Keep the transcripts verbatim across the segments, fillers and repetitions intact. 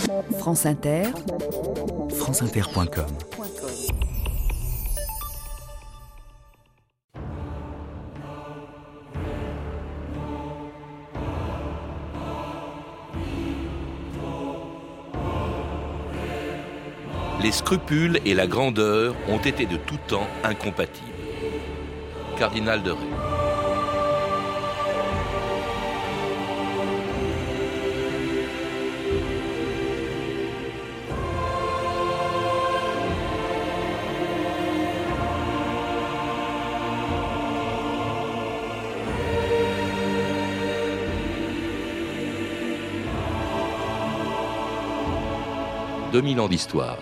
France Inter, france inter point com. Les scrupules et la grandeur ont été de tout temps incompatibles. Cardinal de Rais. deux mille ans d'histoire.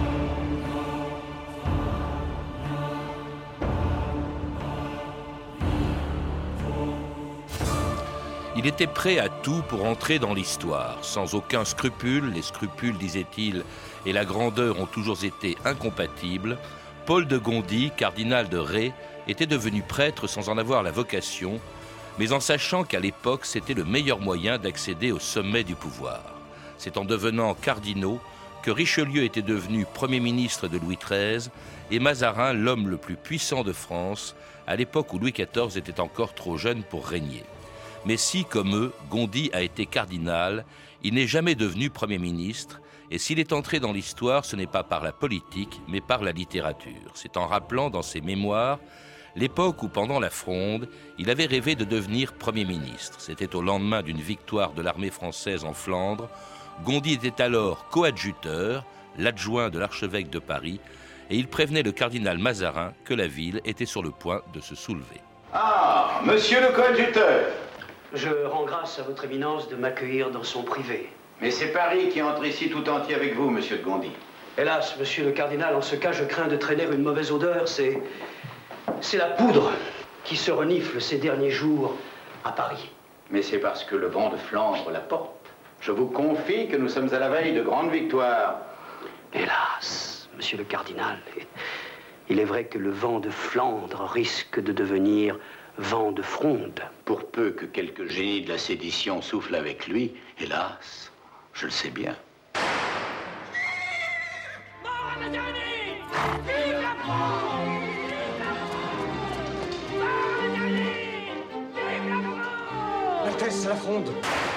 Il était prêt à tout pour entrer dans l'histoire, sans aucun scrupule. Les scrupules, disait-il, et la grandeur ont toujours été incompatibles. Paul de Gondi, cardinal de Rais, était devenu prêtre sans en avoir la vocation, mais en sachant qu'à l'époque, c'était le meilleur moyen d'accéder au sommet du pouvoir. C'est en devenant cardinaux que Richelieu était devenu Premier ministre de Louis treize et Mazarin l'homme le plus puissant de France, à l'époque où Louis quatorze était encore trop jeune pour régner. Mais si, comme eux, Gondi a été cardinal, il n'est jamais devenu Premier ministre, et s'il est entré dans l'histoire, ce n'est pas par la politique, mais par la littérature. C'est en rappelant dans ses mémoires l'époque où, pendant la Fronde, il avait rêvé de devenir Premier ministre. C'était au lendemain d'une victoire de l'armée française en Flandre. Gondi était alors coadjuteur, l'adjoint de l'archevêque de Paris, et il prévenait le cardinal Mazarin que la ville était sur le point de se soulever. Ah, monsieur le coadjuteur! Je rends grâce à votre éminence de m'accueillir dans son privé. Mais c'est Paris qui entre ici tout entier avec vous, monsieur de Gondi. Hélas, monsieur le cardinal, en ce cas, je crains de traîner une mauvaise odeur. C'est... c'est la poudre qui se renifle ces derniers jours à Paris. Mais c'est parce que le vent de Flandre la porte. Je vous confie que nous sommes à la veille de grandes victoires. Hélas, monsieur le cardinal, il est vrai que le vent de Flandre risque de devenir vent de fronde. Pour peu que quelques génies de la sédition soufflent avec lui, hélas, je le sais bien. Mort à Mazarini! Vive la France! Vive la France! Mort à Mazarini! Vive la France! Altesse, la Fronde!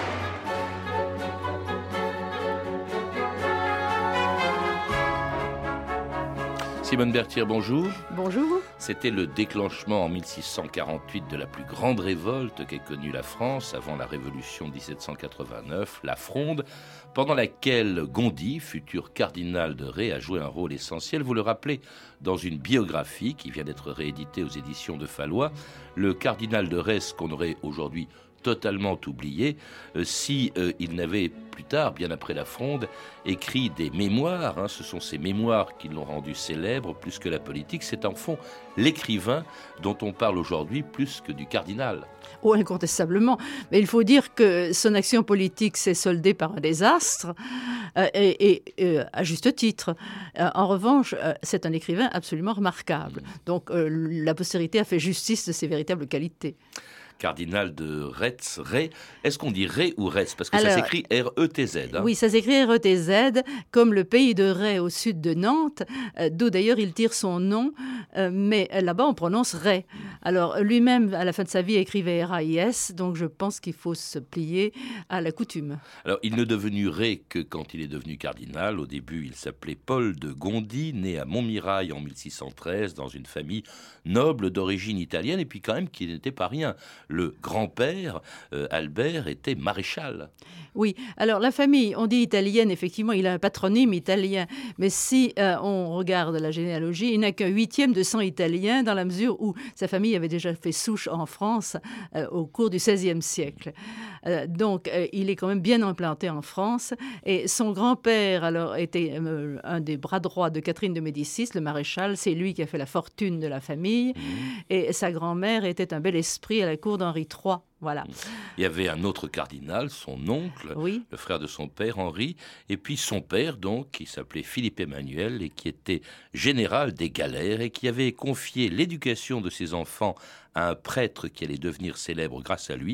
Simone Berthier, bonjour. Bonjour. C'était le déclenchement en mille six cent quarante-huit de la plus grande révolte qu'ait connue la France avant la Révolution de dix-sept cent quatre-vingt-neuf, la Fronde, pendant laquelle Gondi, futur cardinal de Rais, a joué un rôle essentiel. Vous le rappelez dans une biographie qui vient d'être rééditée aux éditions de Fallois, le cardinal de Rais, qu'on aurait aujourd'hui totalement oublié, euh, si euh, il n'avait plus tard, bien après la Fronde, écrit des mémoires. Hein, ce sont ces mémoires qui l'ont rendu célèbre plus que la politique. C'est en fond l'écrivain dont on parle aujourd'hui plus que du cardinal. Oh, incontestablement. Mais il faut dire que son action politique s'est soldée par un désastre, euh, et, et euh, à juste titre. Euh, en revanche, euh, c'est un écrivain absolument remarquable. Donc euh, la postérité a fait justice de ses véritables qualités. Cardinal de Retz, Rais. Est-ce qu'on dit Rais ou Retz? Parce que Alors, ça s'écrit R E T Z. Hein. Oui, ça s'écrit R E T Z, comme le pays de Rais au sud de Nantes, euh, d'où d'ailleurs il tire son nom, euh, mais là-bas on prononce Rais. Alors lui-même, à la fin de sa vie, écrivait R A I S, donc je pense qu'il faut se plier à la coutume. Alors il n'est devenu Rais que quand il est devenu cardinal. Au début, il s'appelait Paul de Gondi, né à Montmirail en mille six cent treize, dans une famille noble d'origine italienne, et puis quand même qui n'était pas rien. Le grand-père, euh, Albert, était maréchal. Oui, alors la famille, on dit italienne, effectivement, il a un patronyme italien, mais si euh, on regarde la généalogie, il n'a qu'un huitième de sang italien, dans la mesure où sa famille avait déjà fait souche en France euh, au cours du seizième siècle. Euh, donc, euh, il est quand même bien implanté en France, et son grand-père, alors, était euh, un des bras droits de Catherine de Médicis, le maréchal, c'est lui qui a fait la fortune de la famille, mmh. et sa grand-mère était un bel esprit à la cour d'Henri trois. Voilà. Il y avait un autre cardinal, son oncle, oui. le frère de son père, Henri, et puis son père, donc, qui s'appelait Philippe Emmanuel et qui était général des galères et qui avait confié l'éducation de ses enfants à un prêtre qui allait devenir célèbre grâce à lui,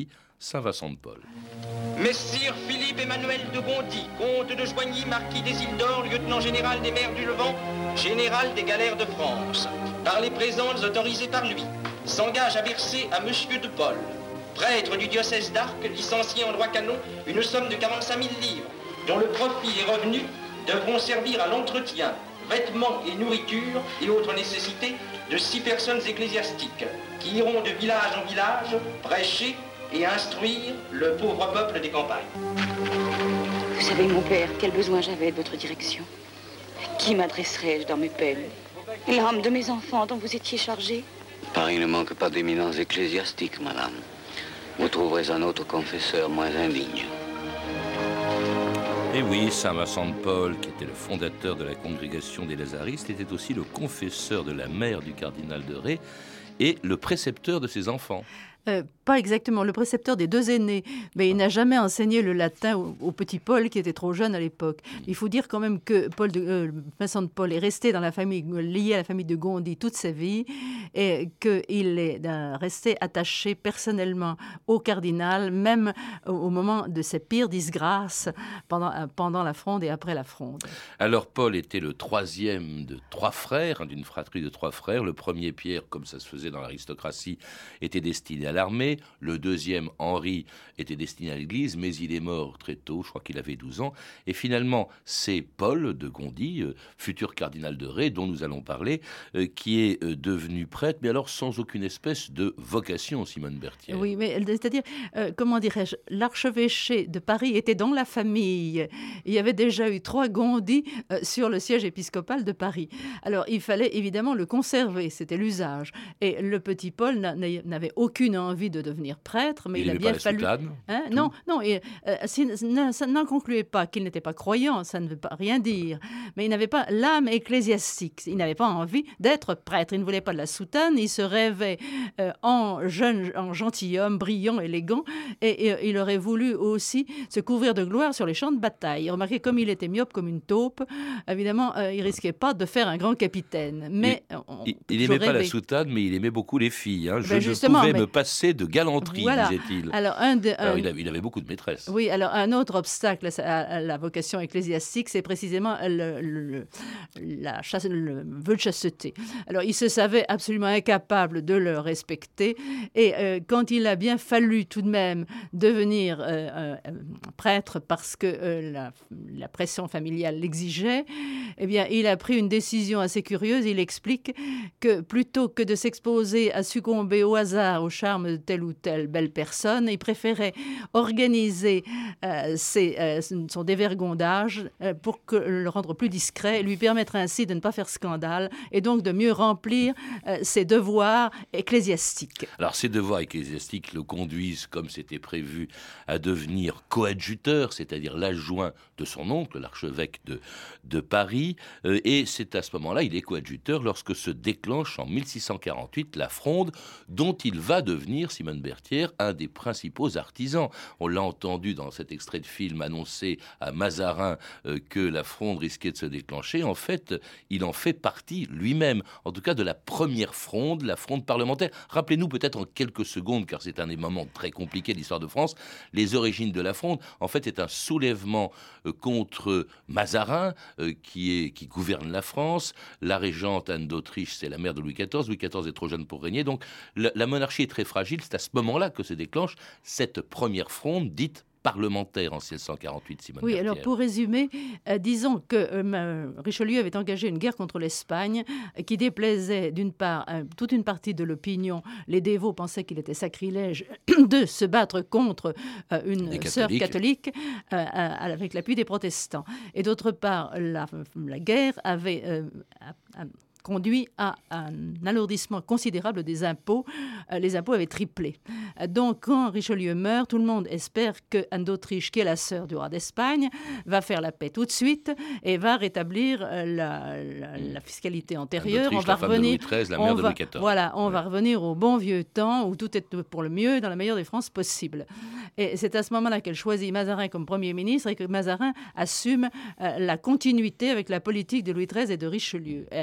Saint-Vincent-de-Paul. Messire Philippe Emmanuel de Bondy, comte de Joigny, marquis des îles d'Or, lieutenant général des mers du Levant, général des galères de France, par les présentes autorisées par lui, s'engage à verser à Monsieur de Paul, prêtre du diocèse d'Arc, licencié en droit canon, une somme de quarante-cinq mille livres, dont le profit et revenus devront servir à l'entretien, vêtements et nourriture et autres nécessités de six personnes ecclésiastiques qui iront de village en village prêcher et instruire le pauvre peuple des campagnes. Vous savez, mon père, quel besoin j'avais de votre direction. À qui m'adresserais-je dans mes peines? L'âme de mes enfants dont vous étiez chargé? Paris ne manque pas d'éminence ecclésiastique, madame. Vous trouverez un autre confesseur moins indigne. Et oui, Saint-Vincent-de-Paul, qui était le fondateur de la congrégation des Lazaristes, était aussi le confesseur de la mère du cardinal de Ré et le précepteur de ses enfants. Euh, pas exactement, le précepteur des deux aînés, mais il n'a jamais enseigné le latin au, au petit Paul qui était trop jeune à l'époque. Il faut dire quand même que Paul de, euh, Vincent de Paul est resté dans la famille, lié à la famille de Gondi toute sa vie et qu'il est euh, resté attaché personnellement au cardinal, même au, au moment de ses pires disgrâces pendant, euh, pendant la Fronde et après la Fronde. Alors Paul était le troisième de trois frères, hein, d'une fratrie de trois frères. Le premier, Pierre, comme ça se faisait dans l'aristocratie, était destiné à l'armée. Le deuxième, Henri, était destiné à l'église, mais il est mort très tôt, je crois qu'il avait douze ans. Et finalement, c'est Paul de Gondi, euh, futur cardinal de Ré, dont nous allons parler, euh, qui est euh, devenu prêtre, mais alors sans aucune espèce de vocation, Simone Berthier. Oui, mais c'est-à-dire, euh, comment dirais-je, l'archevêché de Paris était dans la famille. Il y avait déjà eu trois Gondi euh, sur le siège épiscopal de Paris. Alors, il fallait évidemment le conserver, c'était l'usage. Et le petit Paul n'a, n'avait aucune envie de devenir prêtre, mais il, il a bien pas fallu. La hein non, non, et, euh, si, ne, ça n'en concluait pas qu'il n'était pas croyant, ça ne veut pas rien dire. Mais il n'avait pas l'âme ecclésiastique. Il n'avait pas envie d'être prêtre. Il ne voulait pas de la soutane. Il se rêvait euh, en jeune, en gentilhomme, brillant, élégant, et, et il aurait voulu aussi se couvrir de gloire sur les champs de bataille. Remarquez, comme il était myope comme une taupe, évidemment, euh, il risquait pas de faire un grand capitaine. Mais il, il n'aimait pas la soutane, mais il aimait beaucoup les filles. Hein. Je ben ne pouvais mais... me passer de galanterie, voilà. disait-il. Alors, un de, alors un... il, avait, il avait beaucoup de maîtresses. Oui, alors un autre obstacle à, à la vocation ecclésiastique, c'est précisément le, le, la chasse, le vœu de chasteté. Alors, il se savait absolument incapable de le respecter, et euh, quand il a bien fallu tout de même devenir euh, euh, prêtre parce que euh, la, la pression familiale l'exigeait, eh bien, il a pris une décision assez curieuse. Il explique que plutôt que de s'exposer à succomber au hasard, au charme de telle ou telle belle personne, il préférait organiser euh, ses, euh, son dévergondage euh, pour que, le rendre plus discret, lui permettre ainsi de ne pas faire scandale et donc de mieux remplir euh, ses devoirs ecclésiastiques. Alors, ces devoirs ecclésiastiques le conduisent, comme c'était prévu, à devenir coadjuteur, c'est-à-dire l'adjoint de son oncle, l'archevêque de, de Paris. Euh, et c'est à ce moment-là, il est coadjuteur lorsque se déclenche en mille six cent quarante-huit la Fronde, dont il va devenir, Simone Berthier, un des principaux artisans. On l'a entendu dans cet extrait de film annoncer à Mazarin euh, que la Fronde risquait de se déclencher. En fait, il en fait partie lui-même, en tout cas de la première Fronde, la Fronde parlementaire. Rappelez-nous peut-être en quelques secondes, car c'est un des moments très compliqués de l'histoire de France, les origines de la Fronde. En fait, c'est un soulèvement euh, contre Mazarin, euh, qui, est, qui gouverne la France. La régente Anne d'Autriche, c'est la mère de Louis quatorze. Louis quatorze est trop jeune pour régner. Donc, la, la monarchie est très fragile. C'est à ce moment-là que se déclenche cette première Fronde dite parlementaire en mille six cent quarante-huit, Simone Oui, Berthier. alors pour résumer, euh, disons que euh, Richelieu avait engagé une guerre contre l'Espagne euh, qui déplaisait d'une part euh, toute une partie de l'opinion. Les dévots pensaient qu'il était sacrilège de se battre contre euh, une sœur catholique euh, avec l'appui des protestants. Et d'autre part, la, la guerre avait... Euh, a, a, conduit à un alourdissement considérable des impôts. Euh, les impôts avaient triplé. Euh, donc, quand Richelieu meurt, tout le monde espère que Anne d'Autriche, qui est la sœur du roi d'Espagne, va faire la paix tout de suite et va rétablir euh, la, la, la fiscalité antérieure. On va la revenir. Louis treize, la mère de Louis quatorze. Voilà, on ouais. va revenir au bon vieux temps où tout est pour le mieux, dans la meilleure des France possible. Et c'est à ce moment-là qu'elle choisit Mazarin comme Premier ministre et que Mazarin assume euh, la continuité avec la politique de Louis treize et de Richelieu. Euh, et avec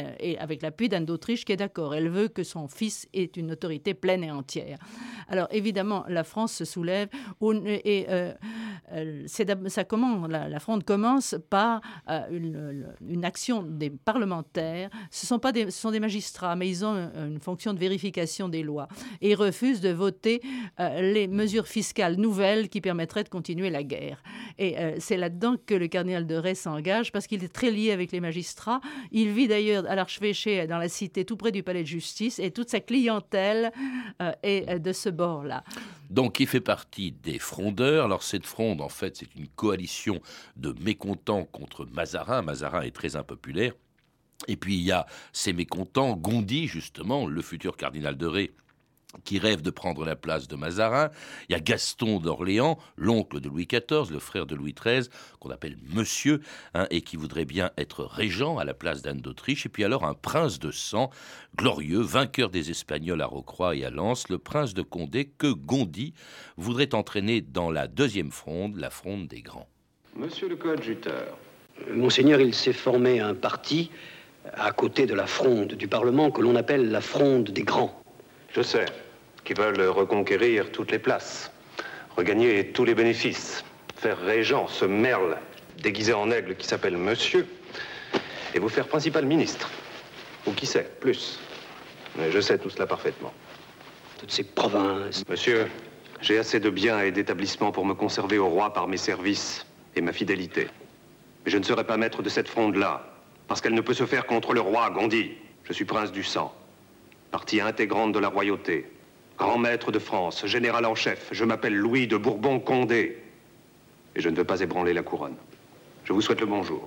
avec l'appui d'Anne d'Autriche qui est d'accord. Elle veut que son fils ait une autorité pleine et entière. Alors évidemment, la France se soulève et euh, c'est, ça commence, la, la fronde commence par euh, une, une action des parlementaires. Ce sont pas des, ce sont des magistrats, mais ils ont une, une fonction de vérification des lois et ils refusent de voter euh, les mesures fiscales nouvelles qui permettraient de continuer la guerre. Et euh, c'est là-dedans que le cardinal de Retz s'engage parce qu'il est très lié avec les magistrats. Il vit d'ailleurs à l'archevêché dans la cité tout près du palais de justice et toute sa clientèle euh, est de ce bord-là. Donc il fait partie des frondeurs. Alors cette fronde, en fait, c'est une coalition de mécontents contre Mazarin. Mazarin est très impopulaire. Et puis il y a ces mécontents, Gondi justement, le futur cardinal de Retz, qui rêve de prendre la place de Mazarin. Il y a Gaston d'Orléans, l'oncle de Louis quatorze, le frère de Louis treize, qu'on appelle Monsieur, hein, et qui voudrait bien être régent à la place d'Anne d'Autriche. Et puis alors un prince de sang, glorieux, vainqueur des Espagnols à Rocroi et à Lens, le prince de Condé, que Gondi voudrait entraîner dans la deuxième fronde, la fronde des grands. Monsieur le coadjuteur. Monseigneur, il s'est formé un parti à côté de la fronde du Parlement que l'on appelle la fronde des grands. Je sais, qui veulent reconquérir toutes les places, regagner tous les bénéfices, faire régent ce merle déguisé en aigle qui s'appelle Monsieur, et vous faire principal ministre. Ou qui sait, plus. Mais je sais tout cela parfaitement. Toutes ces provinces... Monsieur, j'ai assez de biens et d'établissements pour me conserver au roi par mes services et ma fidélité. Mais je ne serai pas maître de cette fronde-là, parce qu'elle ne peut se faire contre le roi, Gondi. Je suis prince du sang. Partie intégrante de la royauté, grand maître de France, général en chef, je m'appelle Louis de Bourbon-Condé. Et je ne veux pas ébranler la couronne. Je vous souhaite le bonjour.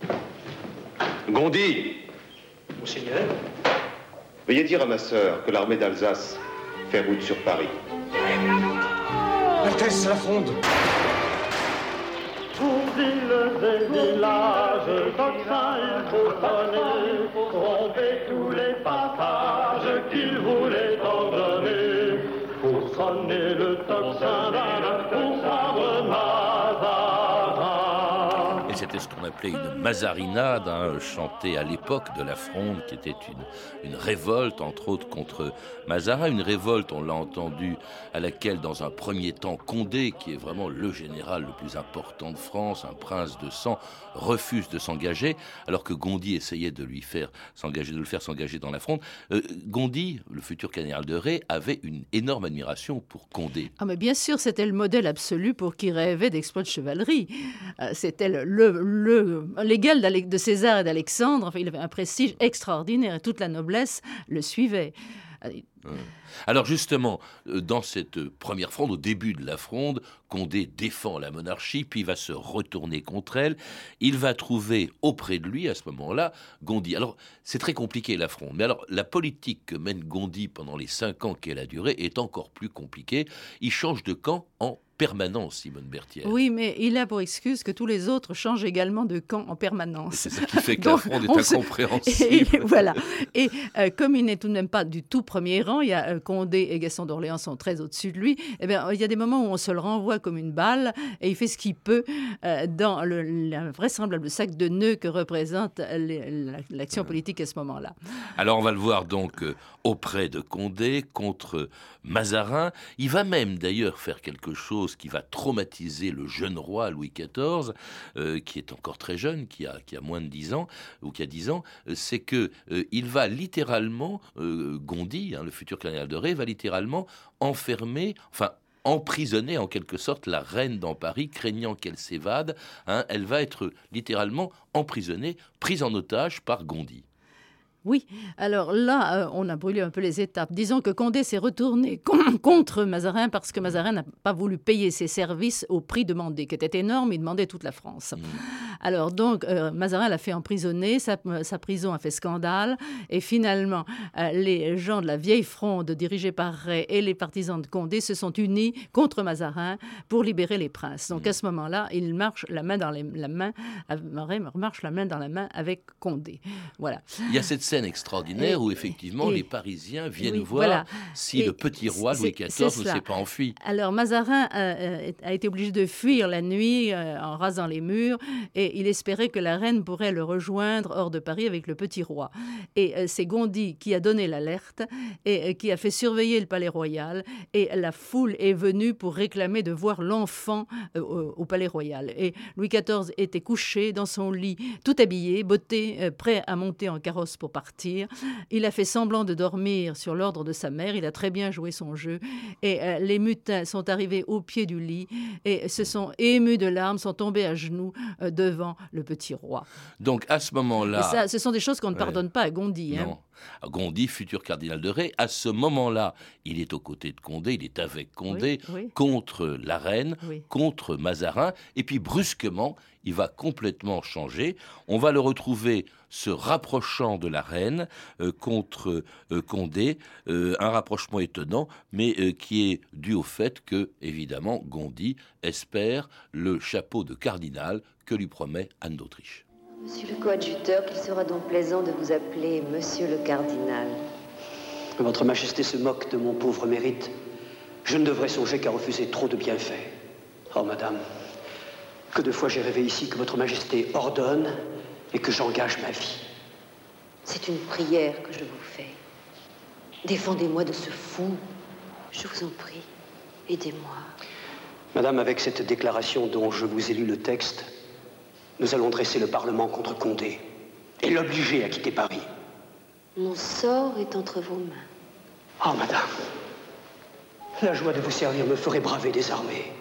Gondi! Monseigneur? Veuillez dire à ma sœur que l'armée d'Alsace fait route sur Paris. Altesse, la fronde! Pour villes et villages, tocsin il faut sonner, tromper tous les passages qu'il voulait ordonner. Pour sonner le tocsin d'un pour prendre Mazarin. Et c'était ce qu'on appelait une mazarinade, hein, chantée à l'époque de la fronde, qui était une, une révolte, entre autres, contre Mazarin. Une révolte, on l'a entendu, à laquelle, dans un premier temps, Condé, qui est vraiment le général le plus important de France, un prince de sang, refuse de s'engager, alors que Gondi essayait de lui faire s'engager, de le faire s'engager dans la fronde. Euh, Gondi, le futur cardinal de Retz, avait une énorme admiration pour Condé. Ah mais bien sûr, c'était le modèle absolu pour qui rêvait d'exploits de chevalerie. Euh, c'était le, le, le l'égal de César et d'Alexandre. Enfin, il avait un prestige extraordinaire et toute la noblesse le suivait. Alors justement, dans cette première fronde, au début de la fronde, Condé défend la monarchie, puis il va se retourner contre elle. Il va trouver auprès de lui, à ce moment-là, Gondi. Alors, c'est très compliqué, la fronde. Mais alors, la politique que mène Gondi pendant les cinq ans qu'elle a duré est encore plus compliquée. Il change de camp en permanence, Simone Berthier. Oui, mais il a pour excuse que tous les autres changent également de camp en permanence. Et c'est ça qui fait que Donc, la fronde est incompréhensible. Se... Et, voilà. Et euh, comme il n'est tout de même pas du tout premier rang, il y a euh, Condé et Gaston d'Orléans sont très au-dessus de lui, eh bien, il y a des moments où on se le renvoie comme une balle et il fait ce qu'il peut euh, dans le la vraisemblable sac de nœuds que représente l'action politique à ce moment-là. Alors on va le voir donc euh, auprès de Condé contre Mazarin. Il va même d'ailleurs faire quelque chose qui va traumatiser le jeune roi Louis quatorze, euh, qui est encore très jeune, qui a, qui a moins de dix ans, ou qui a dix ans, euh, c'est que euh, il va littéralement, euh, Gondi, hein, le futur cardinal de Retz, va littéralement enfermer, enfin emprisonner en quelque sorte la reine dans Paris, craignant qu'elle s'évade. Hein, elle va être littéralement emprisonnée, prise en otage par Gondi. Oui, alors là, euh, on a brûlé un peu les étapes. Disons que Condé s'est retourné con- contre Mazarin parce que Mazarin n'a pas voulu payer ses services au prix demandé, qui était énorme, il demandait toute la France. Mmh. Alors donc, euh, Mazarin l'a fait emprisonner, sa, sa prison a fait scandale, et finalement, euh, les gens de la vieille fronde dirigée par Retz et les partisans de Condé se sont unis contre Mazarin pour libérer les princes. Donc mmh. à ce moment-là, il marche la main dans les, la main, Mazarin marche la main dans la main avec Condé. Voilà. Il y a cette scène extraordinaire et, où effectivement et, les Parisiens viennent oui, voir voilà. si et le petit roi Louis quatorze ne s'est pas enfui. Alors Mazarin euh, a été obligé de fuir la nuit euh, en rasant les murs et et il espérait que la reine pourrait le rejoindre hors de Paris avec le petit roi. Et euh, c'est Gondi qui a donné l'alerte et euh, qui a fait surveiller le palais royal, et la foule est venue pour réclamer de voir l'enfant euh, au, au palais royal. Et Louis quatorze était couché dans son lit, tout habillé, botté, euh, prêt à monter en carrosse pour partir. Il a fait semblant de dormir sur l'ordre de sa mère, il a très bien joué son jeu, et euh, les mutins sont arrivés au pied du lit et se sont émus de larmes, sont tombés à genoux euh, devant le petit roi. Donc à ce moment-là... Et ça, ce sont des choses qu'on ne ouais. pardonne pas à Gondi. Hein. Non. Gondi, futur cardinal de Ré, à ce moment-là, il est aux côtés de Condé, il est avec Condé, oui, oui. contre la reine, oui. contre Mazarin, et puis brusquement, il va complètement changer. On va le retrouver se rapprochant de la reine euh, contre euh, Condé, euh, un rapprochement étonnant, mais euh, qui est dû au fait que, évidemment, Gondi espère le chapeau de cardinal que lui promet Anne d'Autriche. Monsieur le coadjuteur, qu'il sera donc plaisant de vous appeler Monsieur le cardinal. Votre Majesté se moque de mon pauvre mérite. Je ne devrais songer qu'à refuser trop de bienfaits. Oh, madame, que de fois j'ai rêvé ici que votre Majesté ordonne et que j'engage ma vie. C'est une prière que je vous fais. Défendez-moi de ce fou. Je vous en prie, aidez-moi. Madame, avec cette déclaration dont je vous ai lu le texte, nous allons dresser le Parlement contre Condé et l'obliger à quitter Paris. Mon sort est entre vos mains. Oh, madame, la joie de vous servir me ferait braver des armées.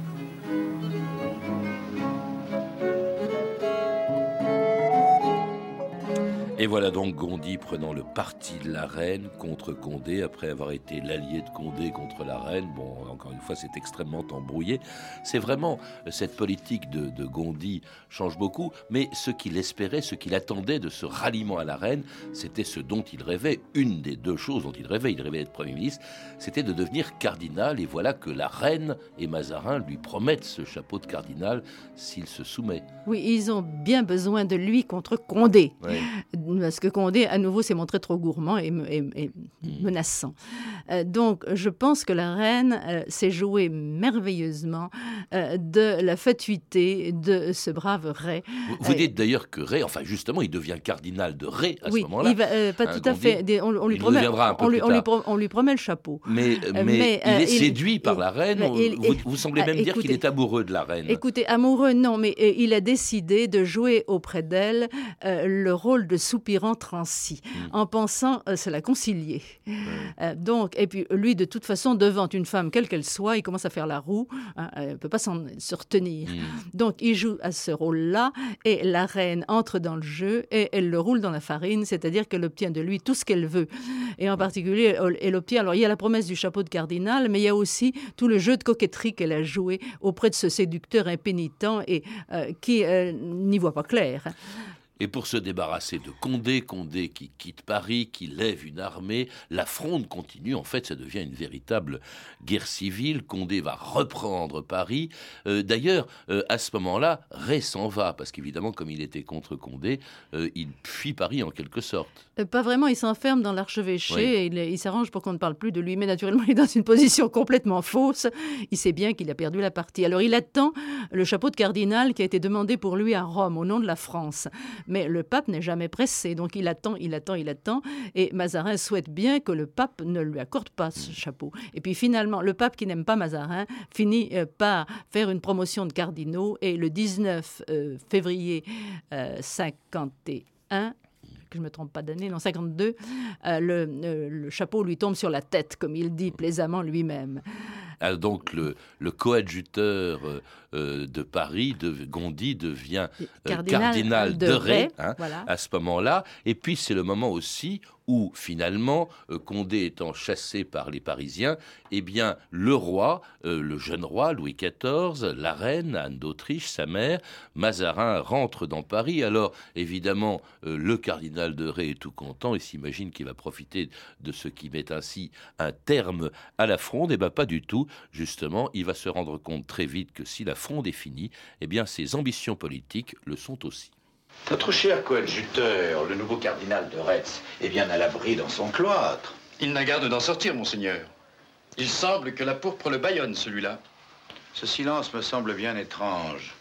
Et voilà donc Gondi prenant le parti de la reine contre Condé, après avoir été l'allié de Condé contre la reine. Bon, encore une fois, c'est extrêmement embrouillé. C'est vraiment, cette politique de, de Gondi change beaucoup, mais ce qu'il espérait, ce qu'il attendait de ce ralliement à la reine, c'était ce dont il rêvait. Une des deux choses dont il rêvait, il rêvait d'être Premier ministre, c'était de devenir cardinal. Et voilà que la reine et Mazarin lui promettent ce chapeau de cardinal s'il se soumet. Oui, ils ont bien besoin de lui contre Condé. Oui. Parce que Condé, à nouveau, s'est montré trop gourmand et, et, et menaçant. Euh, donc, je pense que la reine euh, s'est jouée merveilleusement euh, de la fatuité de ce brave Ré. Vous, vous euh, dites d'ailleurs que Ré, enfin justement, il devient cardinal de Ré à oui, ce moment-là. Oui, euh, pas hein, tout à fait. Des, on, on, lui promet, un peu on, lui, plus on, lui pro, on lui promet le chapeau. Mais, mais, mais il est il, séduit il, par il, la reine. Il, vous, vous semblez même écoutez, dire qu'il est amoureux de la reine. Écoutez, amoureux, non, mais euh, il a décidé de jouer auprès d'elle euh, le rôle de soupirant transi, mmh. en pensant euh, se la concilier. Mmh. Euh, donc, et puis lui, de toute façon, devant une femme, quelle qu'elle soit, il commence à faire la roue, hein, elle ne peut pas s'en, se retenir. Mmh. Donc, il joue à ce rôle-là, et la reine entre dans le jeu, et elle le roule dans la farine, c'est-à-dire qu'elle obtient de lui tout ce qu'elle veut. Et en particulier, elle obtient, alors il y a la promesse du chapeau de cardinal, mais il y a aussi tout le jeu de coquetterie qu'elle a joué auprès de ce séducteur impénitent et euh, qui euh, n'y voit pas clair. Et pour se débarrasser de Condé, Condé qui quitte Paris, qui lève une armée, la fronde continue. En fait, ça devient une véritable guerre civile. Condé va reprendre Paris. Euh, d'ailleurs, euh, à ce moment-là, Ré s'en va, parce qu'évidemment, comme il était contre Condé, euh, il fuit Paris en quelque sorte. Euh, pas vraiment, il s'enferme dans l'archevêché, oui. et il, il s'arrange pour qu'on ne parle plus de lui. Mais naturellement, il est dans une position complètement fausse. Il sait bien qu'il a perdu la partie. Alors, il attend le chapeau de cardinal qui a été demandé pour lui à Rome, au nom de la France. Mais le pape n'est jamais pressé, donc il attend, il attend, il attend, et Mazarin souhaite bien que le pape ne lui accorde pas ce chapeau. Et puis finalement, le pape qui n'aime pas Mazarin finit euh, par faire une promotion de cardinaux, et le dix-neuf février euh, cinquante et un, que je ne me trompe pas d'année, non, cinquante-deux, euh, le, euh, le chapeau lui tombe sur la tête, comme il dit plaisamment lui-même. Alors donc le, le coadjuteur euh, de Paris, de Gondi, devient euh, cardinal, cardinal de, de Ré, Ré hein, voilà. à ce moment-là. Et puis c'est le moment aussi où finalement, euh, Condé étant chassé par les Parisiens, eh bien le roi, euh, le jeune roi Louis quatorze, la reine Anne d'Autriche, sa mère, Mazarin rentre dans Paris. Alors évidemment, euh, le cardinal de Ré est tout content et s'imagine qu'il va profiter de ce qui met ainsi un terme à la fronde. Eh bien pas du tout. Justement, il va se rendre compte très vite que si la fronde est finie, eh bien ses ambitions politiques le sont aussi. Notre cher coadjuteur, le nouveau cardinal de Retz, est bien à l'abri dans son cloître. Il n'a garde d'en sortir, monseigneur. Il semble que la pourpre le bâillonne, celui-là. Ce silence me semble bien étrange.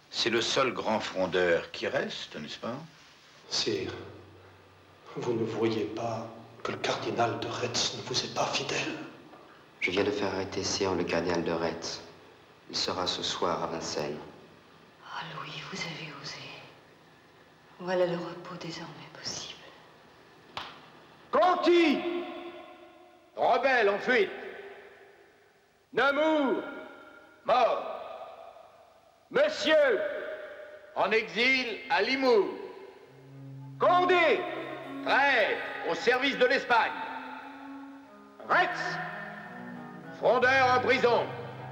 C'est le seul grand frondeur qui reste, n'est-ce pas? Sire, vous ne voyez pas que le cardinal de Retz ne vous est pas fidèle? Je viens de faire arrêter Sion le cardinal de Retz. Il sera ce soir à Vincennes. Ah, Louis, vous avez osé. Voilà le repos désormais possible. Conti, rebelle en fuite. Nemours, mort. Monsieur, en exil à Limours. Condé, traître au service de l'Espagne. Retz, frondeur en prison.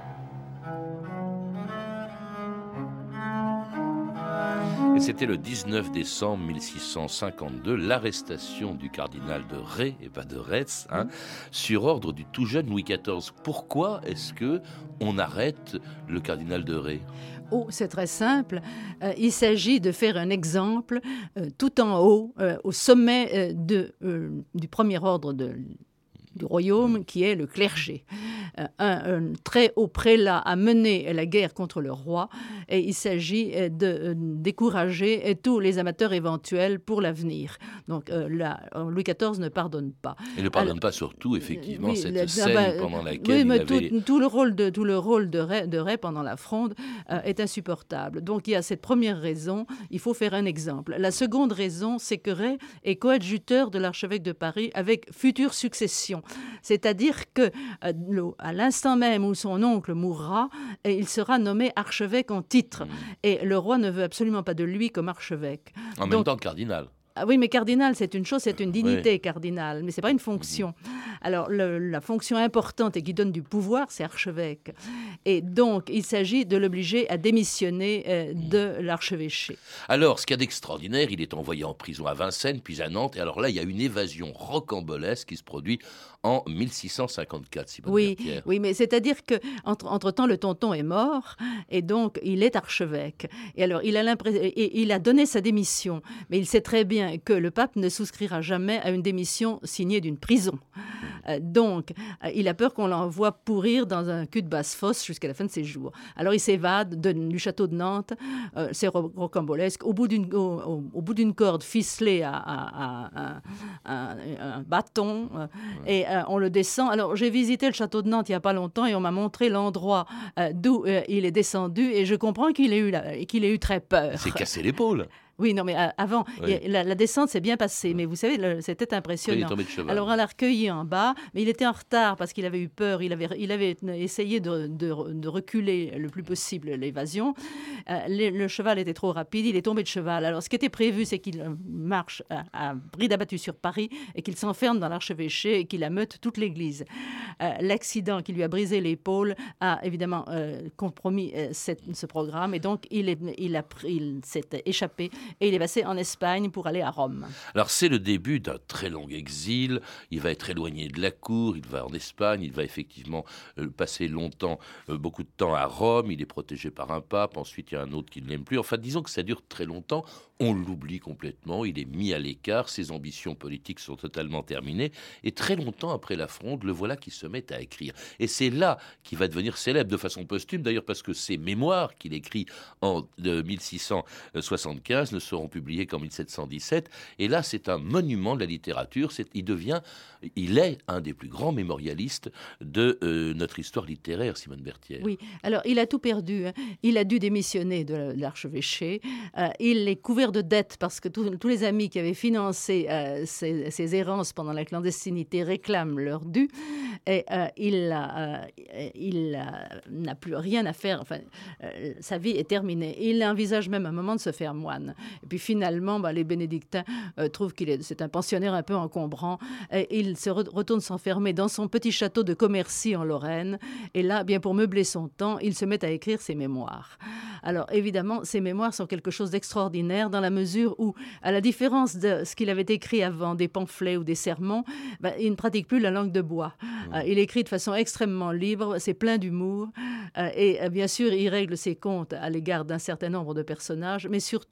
Et c'était le dix-neuf décembre mille six cent cinquante-deux, l'arrestation du cardinal de Ré, et pas de Retz, hein, sur ordre du tout jeune Louis quatorze. Pourquoi est-ce que on arrête le cardinal de Ré? Oh, c'est très simple. Euh, il s'agit de faire un exemple euh, tout en haut, euh, au sommet euh, de, euh, du premier ordre de du royaume, qui est le clergé. Un, un très haut prélat a mené la guerre contre le roi et il s'agit de décourager tous les amateurs éventuels pour l'avenir. Donc euh, là, Louis quatorze ne pardonne pas. Il ne pardonne Alors, pas surtout, effectivement, oui, cette le, scène bah, pendant laquelle oui, mais il avait... tout, tout le rôle de, tout le rôle de Ré, de Ré pendant la Fronde euh, est insupportable. Donc il y a cette première raison, il faut faire un exemple. La seconde raison, c'est que Ré est coadjuteur de l'archevêque de Paris avec future succession. C'est-à-dire que euh, à l'instant même où son oncle mourra, il sera nommé archevêque en titre. Mmh. Et le roi ne veut absolument pas de lui comme archevêque. En Donc, même temps que cardinal. Ah oui, mais cardinal, c'est une chose, c'est une dignité oui. cardinale, mais c'est pas une fonction. Mmh. Alors, le, la fonction importante et qui donne du pouvoir, c'est archevêque. Et donc, il s'agit de l'obliger à démissionner euh, mmh. de l'archevêché. Alors, ce qu'il y a d'extraordinaire, il est envoyé en prison à Vincennes, puis à Nantes. Et alors là, il y a une évasion rocambolesque qui se produit en mille six cent cinquante-quatre, Simone oui, Berthière. Oui, mais c'est-à-dire que entre, entre-temps, le tonton est mort, et donc il est archevêque. Et alors, il a l'impression, et il a donné sa démission, mais il sait très bien que le pape ne souscrira jamais à une démission signée d'une prison. Euh, donc, euh, il a peur qu'on l'envoie pourrir dans un cul de basse-fosse jusqu'à la fin de ses jours. Alors, il s'évade de, du château de Nantes, euh, c'est rocambolesque, au bout d'une, au, au, au bout d'une corde ficelée à, à, à, à, à un bâton, euh, et euh, on le descend. Alors, j'ai visité le château de Nantes il n'y a pas longtemps et on m'a montré l'endroit euh, d'où euh, il est descendu, et je comprends qu'il ait eu, la, qu'il ait eu très peur. Il s'est cassé l'épaule. Oui, non, mais avant, oui. la, la descente s'est bien passée, mais vous savez, le, c'était impressionnant. Il est tombé de cheval. Alors, on l'a recueilli en bas, mais il était en retard parce qu'il avait eu peur, il avait, il avait essayé de, de, de reculer le plus possible l'évasion. Euh, le, le cheval était trop rapide, il est tombé de cheval. Alors, ce qui était prévu, c'est qu'il marche à, à bride abattue sur Paris et qu'il s'enferme dans l'archevêché et qu'il ameute toute l'église. Euh, l'accident qui lui a brisé l'épaule a évidemment euh, compromis euh, cette, ce programme, et donc il, est, il, a, il s'est échappé. Et il est passé en Espagne pour aller à Rome. Alors c'est le début d'un très long exil. Il va être éloigné de la cour, il va en Espagne, il va effectivement euh, passer longtemps, euh, beaucoup de temps à Rome. Il est protégé par un pape, ensuite il y a un autre qui ne l'aime plus. Enfin, disons que ça dure très longtemps. On l'oublie complètement, il est mis à l'écart, ses ambitions politiques sont totalement terminées. Et très longtemps après la Fronde, le voilà qui se met à écrire. Et c'est là qu'il va devenir célèbre de façon posthume, d'ailleurs parce que ses mémoires qu'il écrit en de mille six cent soixante-quinze ne seront publiés qu'en mille sept cent dix-sept. Et là, c'est un monument de la littérature. C'est, il devient, il est un des plus grands mémorialistes de euh, notre histoire littéraire, Simone Berthière. Oui, alors il a tout perdu. Hein. Il a dû démissionner de l'archevêché. Euh, il est couvert de dettes parce que tous, tous les amis qui avaient financé euh, ses, ses errances pendant la clandestinité réclament leur dû. Et euh, il, a, euh, il a, n'a plus rien à faire. Enfin, euh, sa vie est terminée. Il envisage même un moment de se faire moine. Et puis finalement, bah, les bénédictins euh, trouvent qu'il est, c'est un pensionnaire un peu encombrant. Et il se re- retourne s'enfermer dans son petit château de Commercy en Lorraine. Et là, bien pour meubler son temps, il se met à écrire ses mémoires. Alors évidemment, ces mémoires sont quelque chose d'extraordinaire dans la mesure où, à la différence de ce qu'il avait écrit avant, des pamphlets ou des sermons, bah, il ne pratique plus la langue de bois. Mmh. Euh, il écrit de façon extrêmement libre, c'est plein d'humour, euh, et euh, bien sûr, il règle ses comptes à l'égard d'un certain nombre de personnages, mais surtout, il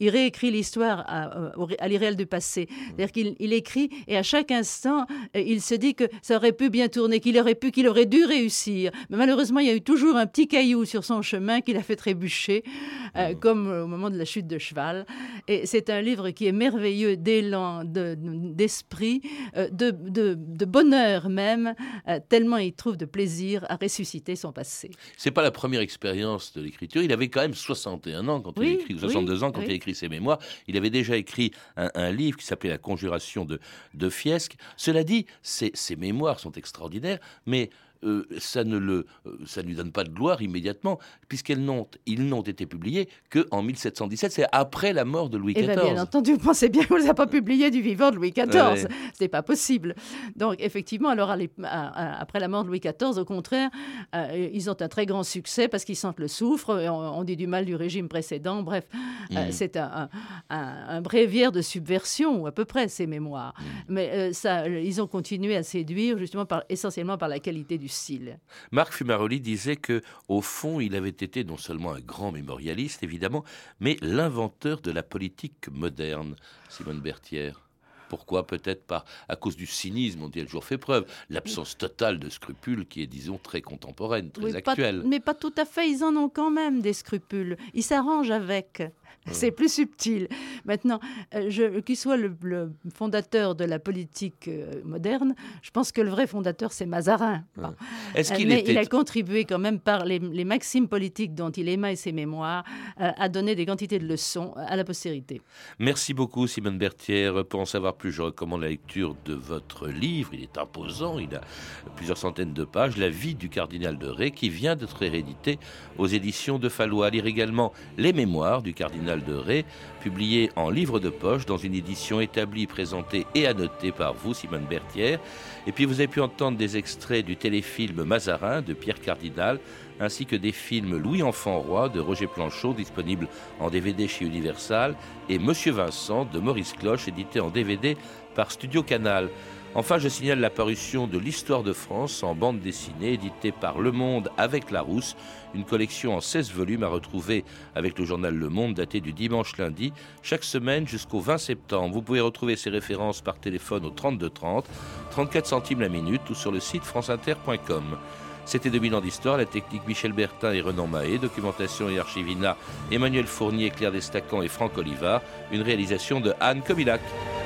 il réécrit l'histoire à, à l'irréel du passé. C'est-à-dire qu'il il écrit et à chaque instant, il se dit que ça aurait pu bien tourner, qu'il aurait pu, qu'il aurait dû réussir. Mais malheureusement, il y a eu toujours un petit caillou sur son chemin qui l'a fait trébucher, euh, mmh. comme au moment de la chute de cheval. Et c'est un livre qui est merveilleux d'élan, de, d'esprit, euh, de, de, de bonheur même, euh, tellement il trouve de plaisir à ressusciter son passé. C'est pas la première expérience de l'écriture. Il avait quand même soixante et un ans quand oui, il écrit, soixante-deux oui, ans quand oui. il a écrit ses mémoires. Il avait déjà écrit un, un livre qui s'appelait La Conjuration de, de Fiesque. Cela dit, ses, ses mémoires sont extraordinaires, mais Euh, ça ne le, euh, ça ne lui donne pas de gloire immédiatement, puisqu'ils n'ont, ils n'ont été publiés qu'en mille sept cent dix-sept, c'est après la mort de Louis quatorze. Eh bien, bien entendu, vous pensez bien qu'on ne les a pas publiés du vivant de Louis quatorze. Ouais. Ce n'est pas possible. Donc, effectivement, alors, à à, à, après la mort de Louis quatorze, au contraire, euh, ils ont un très grand succès parce qu'ils sentent le soufre, on, on dit du mal du régime précédent, bref, mmh. euh, c'est un, un, un bréviaire de subversion, à peu près, ces mémoires. Mmh. Mais euh, ça, ils ont continué à séduire, justement, par, essentiellement par la qualité du style. Marc Fumaroli disait que, au fond, il avait été non seulement un grand mémorialiste, évidemment, mais l'inventeur de la politique moderne, Simone Berthière. Pourquoi? Peut-être par, à cause du cynisme dont il a toujours fait preuve, l'absence totale de scrupules qui est, disons, très contemporaine, très oui, actuelle. Pas, mais pas tout à fait, ils en ont quand même des scrupules. Ils s'arrangent avec. C'est plus subtil. Maintenant, euh, je, qu'il soit le, le fondateur de la politique euh, moderne, je pense que le vrai fondateur, c'est Mazarin. Bon. Est-ce qu'il euh, mais était... il a contribué quand même par les, les maximes politiques dont il émaille ses mémoires euh, à donner des quantités de leçons à la postérité. Merci beaucoup, Simone Berthière. Pour en savoir plus, je recommande la lecture de votre livre. Il est imposant, il a plusieurs centaines de pages, La vie du cardinal de Ré, qui vient d'être réédité aux éditions de Fallois. Lire également Les mémoires du cardinal de Ré, publié en livre de poche dans une édition établie, présentée et annotée par vous, Simone Berthière. Et puis vous avez pu entendre des extraits du téléfilm Mazarin de Pierre Cardinal, ainsi que des films Louis Enfant Roi de Roger Planchot, disponible en D V D chez Universal, et Monsieur Vincent de Maurice Cloche, édité en D V D par Studio Canal. Enfin, je signale la parution de l'Histoire de France en bande dessinée, éditée par Le Monde avec Larousse, une collection en seize volumes à retrouver avec le journal Le Monde, daté du dimanche lundi, chaque semaine jusqu'au vingt septembre. Vous pouvez retrouver ces références par téléphone au trente-deux trente, trente-quatre centimes la minute ou sur le site france inter point com. C'était deux mille ans d'histoire, la technique Michel Bertin et Renan Mahé, documentation et archivina Emmanuel Fournier, Claire Destacan et Franck Olivard, une réalisation de Anne Kobilac.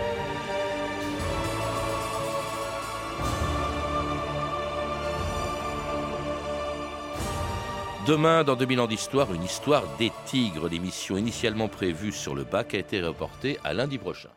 Demain, dans deux mille ans d'histoire, une histoire des tigres. L'émission initialement prévue sur le bac a été reportée à lundi prochain.